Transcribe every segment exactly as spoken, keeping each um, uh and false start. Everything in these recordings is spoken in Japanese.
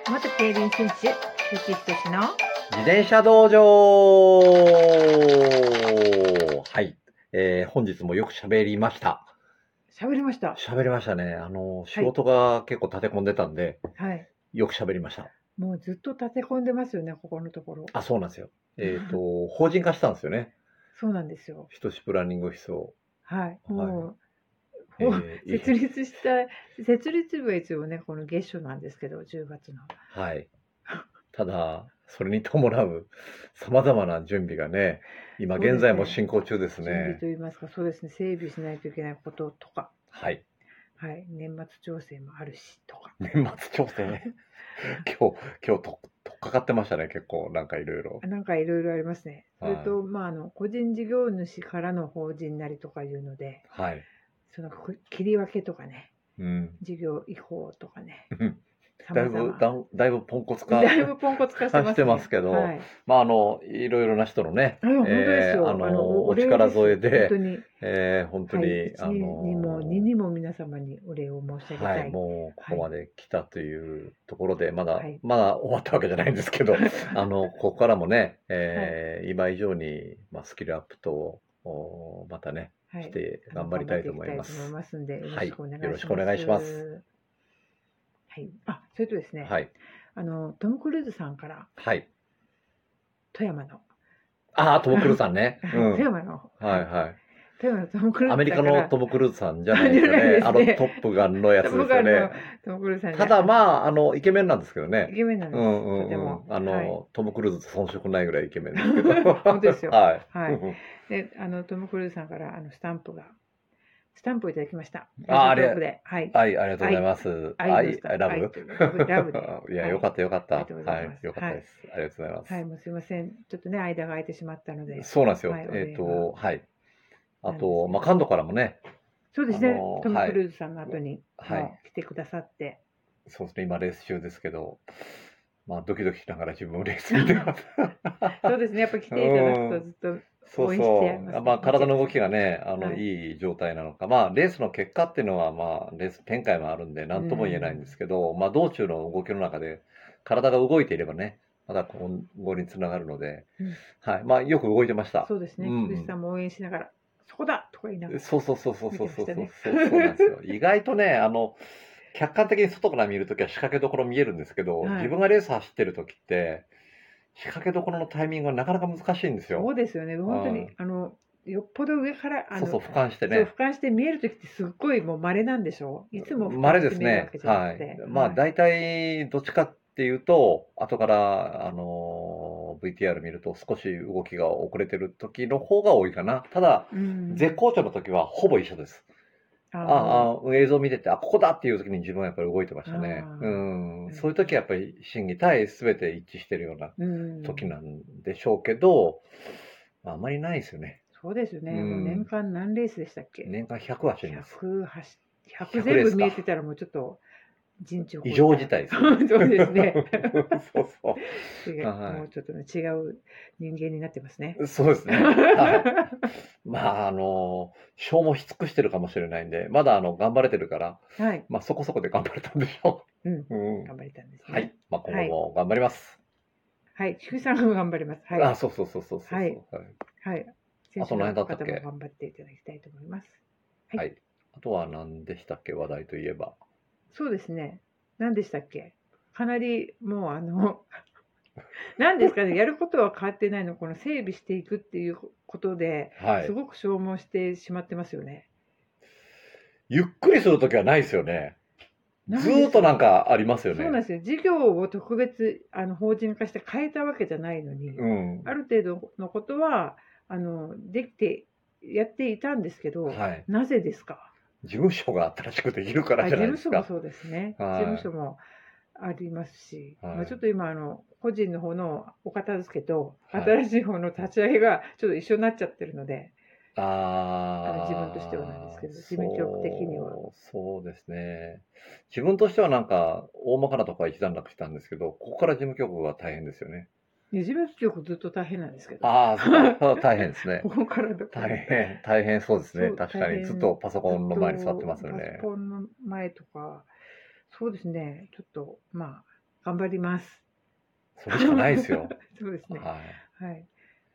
元競輪選手、鈴木仁の自転車道場。はい、えー、本日もよく喋りました。 喋りました。 喋りましたね。あの仕事が結構立て込んでたんで、 はい、 よく喋りました。 もうずっと立て込んでますよね、ここのところ。 あ、そうなんですよ。えっ、と法人化したんですよね。 そうなんですよ。 ひとしプランニングオフィスを。 はい、もう、 えー設立した設立日は一応ね、この月初なんですけど、じゅうがつの。 はい。ただそれに伴うさまざまな準備がね、今現在も進行中ですね。 準備といいますか、そうですね、整備しないといけないこととか、 はい。 はい、年末調整もあるしとか。 年末調整ね。今日今日ととっかかってましたね、結構なんかいろいろ。 なんかいろいろありますね。それと、 はい、 まああの個人事業主からの法人なりとかいうので、 はい。 その切り分けとかね、 うん。 事業移行とかね。 だいぶだだいぶポンコツ化だいぶポンコツ化してますね。 してますけど、はい、まああのいろいろな人のね、 あ本当ですよ。 えー、あのあのお力添えで、 本当に、 えー、本当に、はい、 あのにもににも皆様にお礼を申し上げたい。 はい、もうここまで来たというところで、まだ、はい、まだ終わったわけじゃないんですけど、あのここからもね、えーはい、今以上にまあスキルアップとまたね、して頑張りたいと思います。 はい、 よろしくお願いします。 はい、あ、それとですね、 はい、 あのトム・クルーズさんから、 はい、 富山の、 ああ、トム・クルーズさんね、 うん、富山の、 はいはい。アメリカのトム・クルーズさんじゃないですよね。あのトップガンのやつですよね。ただまあ、あのイケメンなんですけどね。 イケメンなんです。 うんうんうん。あのトム・クルーズと遜色ないぐらいイケメンですけど。 本当ですよ。 はい。 はい。で、あのトム・クルーズさんからあのスタンプがスタンプをいただきました。 ああ、れ、 はい、 ありがとうございます。 愛、愛、 ラブ、 ラブで。 いや、よかったよかった。はい、よかったです。ありがとうございます。 はい、もうすいません。ちょっとね、間が空いてしまったので。 そうなんですよ。えっと、はい。あと、まあ、関東からもね。 そうですね。トム・クルーズさんの後に来てくださって。 そうですね。今レース中ですけど、まあドキドキしながら自分もレース見てます。 そうですね。やっぱ来ていただくとずっと応援してやります。 そうそう。まあ体の動きがね、あの、はい、いい状態なのか、まあレースの結果っていうのはまあレース展開もあるんで何とも言えないんですけど、まあ道中の動きの中で体が動いていればね、まだ今後につながるので、うん、はい。まあよく動いてました。 そうですね。クリスさんも応援しながら、そこだとか言いながら。 そうそうそうそうそうそうそうそうなんですよ。意外とね、あの。客観的に外から見るときは仕掛けどころ見えるんですけど、はい、自分がレース走ってるときって仕掛けどころのタイミングがなかなか難しいんですよ。 そうですよね。本当に、うん、あのよっぽど上からあのそうそう俯瞰してね。 そう俯瞰して見えるときってすっごいもう稀なんでしょう。いつも俯瞰して見えるわけじゃなくて、はい、まあ大体どっちかっていうと後からあの ブイティーアール 見ると少し動きが遅れてる時の方が多いかな。ただ、うん、絶好調の時はほぼ一緒です。ああ、映像見てて、あ、ここだっていう時に自分はやっぱり動いてましたね。うん。そういう時はやっぱり心技体全て一致してるような時なんでしょうけど、うん、あんまりないですよね。 そうですよね。うん、もう年間何レースでしたっけ？ 年間ひゃく走ります。 ひゃく、ひゃく全部見えてたらもうちょっと人知を異常事態ですよ、 ね。そうですね。 そうそう。 もうちょっとね、違う人間になってますね。 そうですね。はい。まあ、あの、消耗し尽くしてるかもしれないんで、まだあの頑張れてるから、はい、まあそこそこで頑張れたんでしょう。うん。うん、頑張れたんですね。 はい。まあ今後も頑張ります。 はい。菊さんも頑張ります。はい。 あ、そうそうそうそうそう。 はい。はい。 あと何だったっけ？ 頑張っていただきたいと思います。 はい。あとは何でしたっけ？話題といえば。 そうですね。何でしたっけ？かなりもうあの何ですかね、やることは変わってないの、この整備していくっていうことで、はい、すごく消耗してしまってますよね。 ゆっくりするときはないですよね。ずーっとなんかありますよね。 そうなんですよ。事業を特別あの法人化して変えたわけじゃないのに、うん、ある程度のことはあのできてやっていたんですけど、はい、なぜですか？ 事務所が新しくできるからじゃないですか。 事務所もそうですね。はい、事務所もありますし、はい、まあ、ちょっと今あの個人の方のお片付けと新しい方の立ち上げがちょっと一緒になっちゃってるので、 ああ自分としてはなんですけど、事務局的にはそうそうですね。自分としてはなんか大まかなところは一段落したんですけど、ここから事務局は大変ですよね。 事務局ずっと大変なんですけど。 ああ、そう大変ですね。 ここからどこ大変大変そうですね。確かにずっとパソコンの前に座ってますよね。 パソコンの前とか、そうですね。ちょっとまあ頑張ります。 それしかないですよ。 そうですね。 はい。 はい。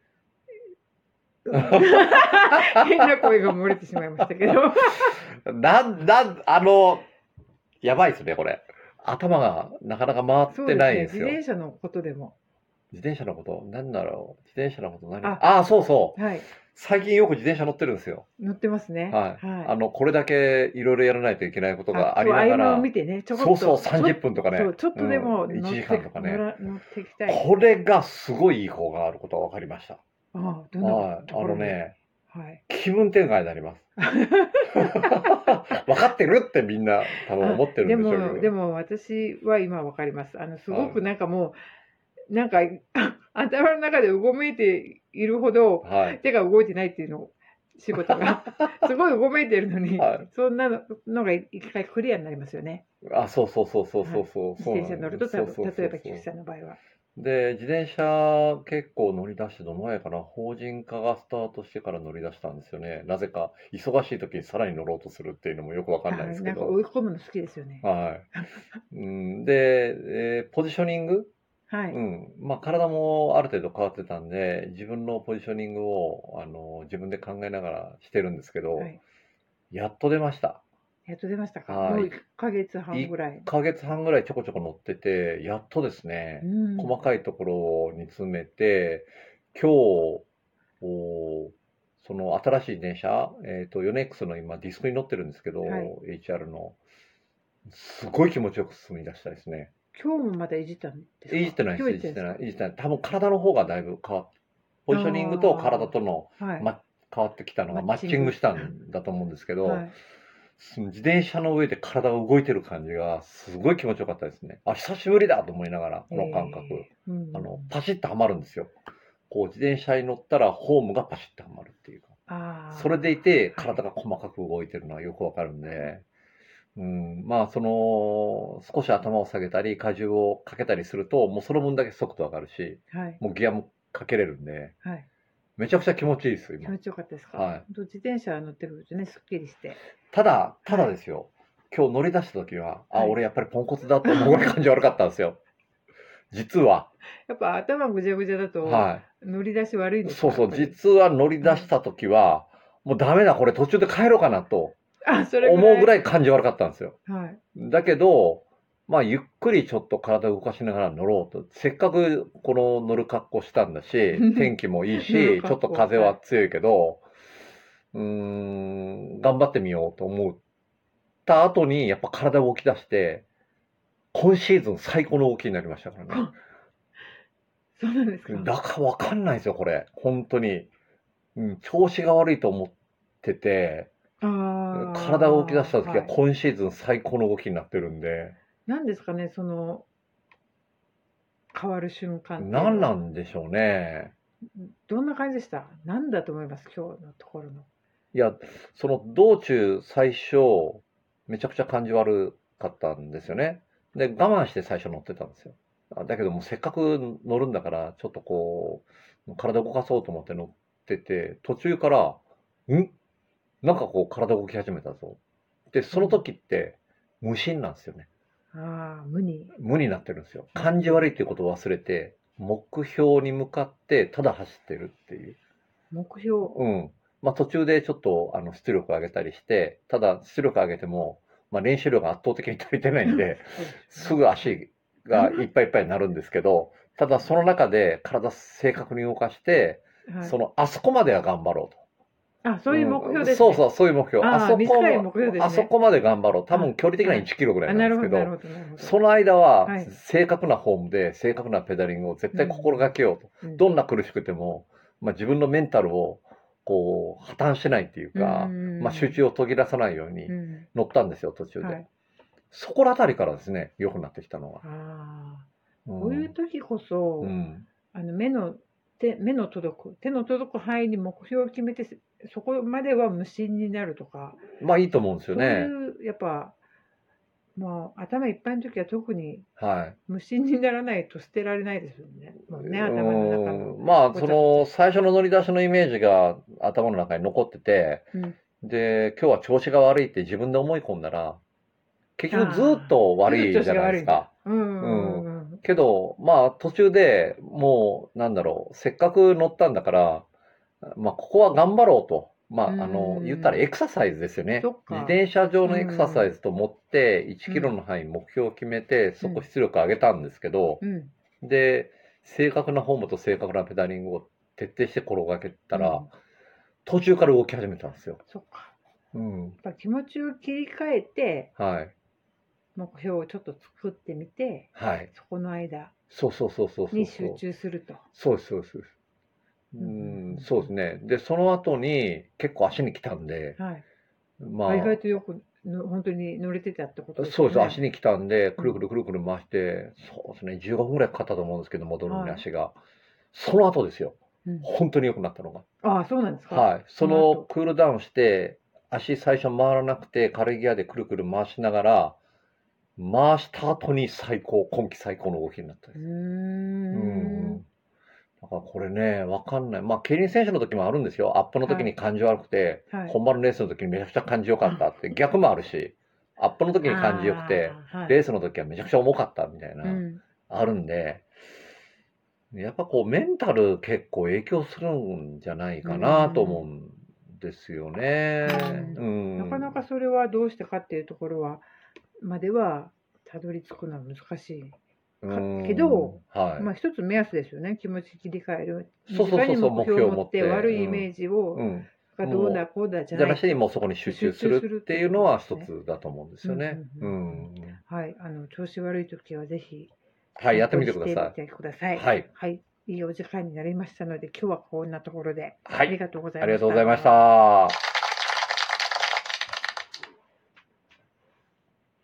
変な声が漏れてしまいましたけど。 なん、なん、あの、やばいですね、これ。頭がなかなか回ってないですよ。 そうですね、自転車のことでも。 自転車のこと、なんだろう。自転車のこと何ああ、そうそう。はい。最近よく自転車乗ってるんですよ。 乗ってますね。 はい。はい、あの、これだけいろいろやらないといけないことがありながら。 合間を見てね、 ちょこっと。そうそう、さんじゅっぷんとかね。 そう、ちょっとでも乗って、うん、いちじかんとかね。乗っていきたい。 これがすごいいい方があることが分かりました。ああ、どんなはい。あのね、 はい、 気分転換になります。分かってるってみんな多分思ってるんでしょうけど。 でも、でも私は今分かります。あの、すごくなんかもう、なんか頭の中でうごめいているほど、はい、手が動いてないっていうの仕事がすごいうごめいてるのに、はい、そんなのが一回クリアになりますよね。 あ、そうそうそうそうそうそう、はい、 自転車に乗ると、例えば菊池さんの場合は。 で、自転車結構乗り出してどの前かな、法人化がスタートしてから乗り出したんですよね。なぜか忙しい時にさらに乗ろうとするっていうのもよくわかんないですけど。 なんか追い込むの好きですよね。 はい。うん、で、えー、ポジショニング、はい、うん。まあ、体もある程度変わってたんで、自分のポジショニングを、あの、自分で考えながらしてるんですけど、はい、やっと出ました。 やっと出ましたか。もういっかげつはんぐらい。 いっかげつはんぐらいちょこちょこ乗ってて、やっとですね、うん、細かいところに詰めて、今日、おその新しい電車、えっと、ヨネックスの今ディスクに乗ってるんですけど、はい、エイチアール の。すごい気持ちよく進み出したですね。 今日もまたいじったんですか？ いじってないです。いじってない。いじってない。多分体の方がだいぶ変わっポジショニングと体との、はい、ま、変わってきたのがマッチングしたんだと思うんですけど、はい、自転車の上で体が動いてる感じがすごい気持ちよかったですね。あ、久しぶりだと思いながら、この感覚。えーうん、あの、パシッとはまるんですよ。こう、自転車に乗ったらホームがパシッとはまるっていうか。それでいて、体が細かく動いてるのはよくわかるんで、うん、まあ、その、少し頭を下げたり、荷重をかけたりすると、もうその分だけ速度上がるし、はい、もうギアもかけれるんで、はい、めちゃくちゃ気持ちいいですよ、今。 気持ちよかったですか？はい。自転車乗ってくるとね、すっきりして。 ただ、ただですよ、はい、今日乗り出した時は、あ、はい、俺やっぱりポンコツだと思うぐらい感じ悪かったんですよ。実は。 やっぱ頭ぐじゃぐじゃだと、はい、乗り出し悪いんですか？そうそう、実は乗り出した時は、もうダメだ、これ途中で帰ろうかなと。思うぐらい感じ悪かったんですよ。はい、だけど、まあ、ゆっくりちょっと体を動かしながら乗ろうと。せっかくこの乗る格好したんだし、天気もいいし、ちょっと風は強いけど、うーん、頑張ってみようと思った後に、やっぱ体を動き出して、今シーズン最高の動きになりましたからね。 そうなんですか？ だからわかんないですよ、これ。本当に。うん、調子が悪いと思ってて、体を動き出した時は今シーズン最高の動きになってるんで。 何ですかね、その変わる瞬間って。 何なんでしょうね。 どんな感じでした？何だと思います？今日のところの。 いや、その道中最初めちゃくちゃ感じ悪かったんですよね。で、我慢して最初乗ってたんですよ。だけどもせっかく乗るんだからちょっとこう体動かそうと思って乗ってて、途中からんなんかこう体動き始めたぞ。で、その時って無心なんですよね。 ああ、無に。 無になってるんですよ。感じ悪いっていうことを忘れて、目標に向かってただ走ってるっていう。 目標？ うん。まあ途中でちょっとあの出力上げたりして、ただ出力上げても、まあ練習量が圧倒的に足りてないんで、すぐ足がいっぱいいっぱいになるんですけど、ただその中で体正確に動かして、はい、そのあそこまでは頑張ろうと。 あ、そういう目標ですね。 そうそう、そういう目標。 あそこ短い目標ですね。あそこまで頑張ろう。多分距離的にはいちキロぐらいなんですけど、その間は正確なフォームで正確なペダリングを絶対心がけようと。どんな苦しくても、まあ自分のメンタルをこう破綻しないっていうか、まあ集中を途切らさないように乗ったんですよ、途中で。そこら辺りからですね、良くなってきたのは。 こういう時こそ、あの目の手目の届く手の届く範囲に目標を決めて、そこまでは無心になるとか、 まあいいと思うんですよね。 そういうやっぱ、まあ、頭いっぱいの時は特に無心にならないと捨てられないですよね。もうね、頭の中の。 まあその最初の乗り出しのイメージが頭の中に残ってて、うん、で今日は調子が悪いって自分で思い込んだら結局ずっと悪いじゃないですか。 けど、まあ途中でもう、なんだろう、せっかく乗ったんだから、まあここは頑張ろうと。まあ、あの、言ったらエクササイズですよね。自転車上のエクササイズと思って、いちキロの範囲目標を決めて、そこ出力上げたんですけど、で、正確なフォームと正確なペダリングを徹底して転がけたら、途中から動き始めたんですよ。 そっか。 うん。やっぱ気持ちを切り替えて、 はい。 目標をちょっと作ってみて、 はい。 そこの間そうそうそうそうに集中すると。 そうです、そうです。うん、そうですね。で、その後に結構足に来たんで、 はい。 まあ、 意外とよくの本当に乗れてたってことですね。 そうです、足に来たんで、くるくるくるくる回して、そうですね、じゅうごふんぐらいかかったと思うんですけど、戻るのに足が。その後ですよ。本当に良くなったのが。 ああ、そうなんですか。 はい。そのクールダウンして、足最初回らなくて、軽いギアでくるくる回しながら、回した後に最高、今季最高の動きになったんです。 うーん。 だからこれね、わかんない。まあ、競輪選手の時もあるんですよ。アップの時に感じ悪くて、はい、本番のレースの時にめちゃくちゃ感じよかったって、逆もあるし、アップの時に感じよくて、はい、レースの時はめちゃくちゃ重かったみたいな、うん、あるんで、やっぱこうメンタル結構影響するんじゃないかなと思うんですよね。 うんうん、なかなかそれはどうしてかっていうところは、まではたどり着くのは難しい。けど、はい、まあ一つ目安ですよね。気持ち切り替える。 そうそうそうそう、 目標を持って悪いイメージを、うんうん、どうだこうだじゃない。 じゃなしにもうそこに集中するっていうのは一つだと思うんですよね。 はい、あの調子悪い時はぜひ、 はい、やってみてください。 やってみてください。はい、はい、いいお時間になりましたので、今日はこんなところで、はい、ありがとうございました。 ありがとうございました。